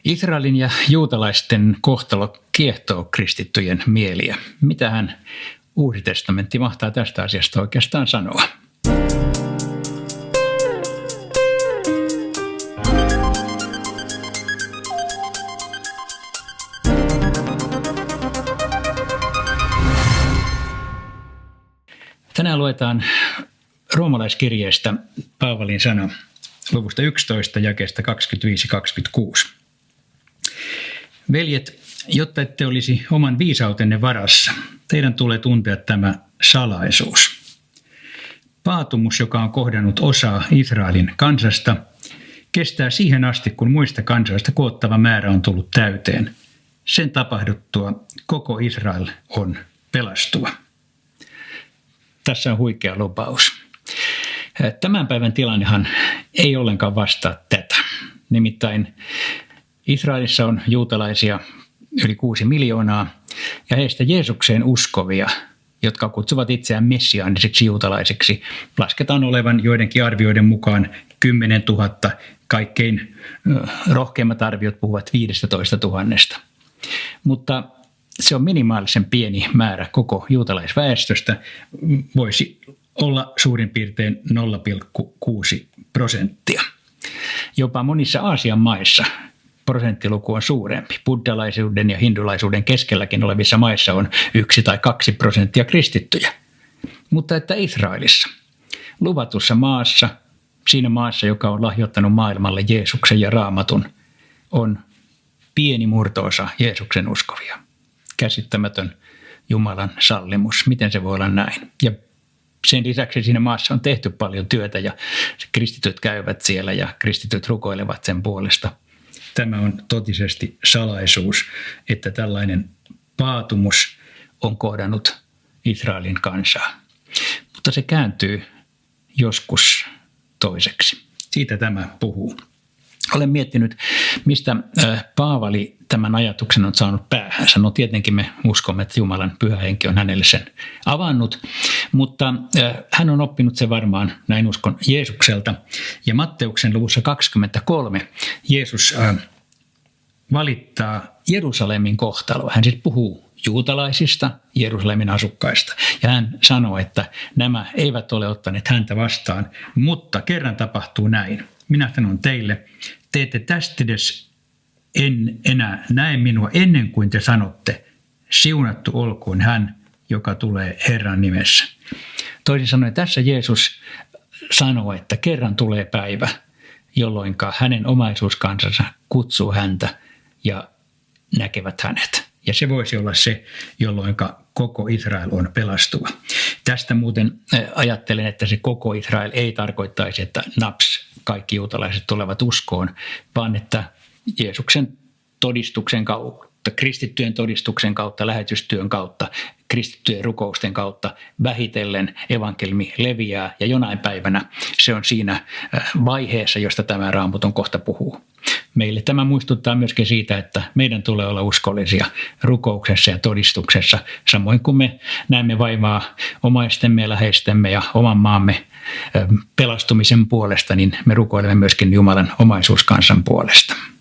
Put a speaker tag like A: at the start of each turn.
A: Israelin ja juutalaisten kohtalo kiehtoo kristittyjen mieliä. Mitähän Uusi testamentti mahtaa tästä asiasta oikeastaan sanoa? Tänään luetaan roomalaiskirjeestä Paavalin sana luvusta 11 jakeesta 25-26. Veljet, jotta ette olisi oman viisautenne varassa, teidän tulee tuntea tämä salaisuus. Paatumus, joka on kohdannut osaa Israelin kansasta, kestää siihen asti, kun muista kansoista koottava määrä on tullut täyteen. Sen tapahduttua koko Israel on pelastua. Tässä on huikea lupaus. Tämän päivän tilannehan ei ollenkaan vastaa tätä. Nimittäin Israelissa on juutalaisia yli 6 miljoonaa ja heistä Jeesukseen uskovia, jotka kutsuvat itseään messiaanisiksi juutalaisiksi, lasketaan olevan joidenkin arvioiden mukaan 10 000, kaikkein rohkeimmat arviot puhuvat 15 000. Mutta se on minimaalisen pieni määrä koko juutalaisväestöstä, voisi olla suurin piirtein 0,6%. Jopa monissa Aasian maissa prosenttiluku on suurempi. Buddhalaisuuden ja hindulaisuuden keskelläkin olevissa maissa on 1 tai 2% kristittyjä. Mutta että Israelissa, luvatussa maassa, siinä maassa, joka on lahjoittanut maailmalle Jeesuksen ja Raamatun, on pieni murto-osa Jeesuksen uskovia. Käsittämätön Jumalan sallimus. Miten se voi olla näin? Ja sen lisäksi siinä maassa on tehty paljon työtä ja kristityt käyvät siellä ja kristityt rukoilevat sen puolesta. Tämä on totisesti salaisuus, että tällainen paatumus on kohdannut Israelin kansaa. Mutta se kääntyy joskus toiseksi. Siitä tämä puhuu. Olen miettinyt, mistä Paavali tämän ajatuksen on saanut päähänsä. No tietenkin me uskomme, että Jumalan pyhä henki on hänelle sen avannut, mutta hän on oppinut se varmaan, näin uskon, Jeesukselta. Ja Matteuksen luvussa 23 Jeesus valittaa Jerusalemin kohtaloa. Hän siis puhuu juutalaisista, Jerusalemin asukkaista. Ja hän sanoo, että nämä eivät ole ottaneet häntä vastaan, mutta kerran tapahtuu näin. Minä sanon teille, te ette tästä edes enää näe minua ennen kuin te sanotte, siunattu olkoon hän, joka tulee Herran nimessä. Toisin sanoen tässä Jeesus sanoo, että kerran tulee päivä, jolloin hänen omaisuuskansansa kutsuu häntä ja näkevät hänet. Ja se voisi olla se, jolloin koko Israel on pelastuva. Tästä muuten ajattelen, että se koko Israel ei tarkoittaisi, että naps, kaikki juutalaiset tulevat uskoon, vaan että Jeesuksen todistuksen kautta, kristittyjen todistuksen kautta, lähetystyön kautta, kristittyjen rukousten kautta vähitellen evankeliumi leviää ja jonain päivänä se on siinä vaiheessa, josta tämä Raamatun kohta puhuu. Meille tämä muistuttaa myöskin siitä, että meidän tulee olla uskollisia rukouksessa ja todistuksessa, samoin kuin me näemme vaivaa omaistemme ja läheistemme ja oman maamme pelastumisen puolesta, niin me rukoilemme myöskin Jumalan omaisuuskansan puolesta.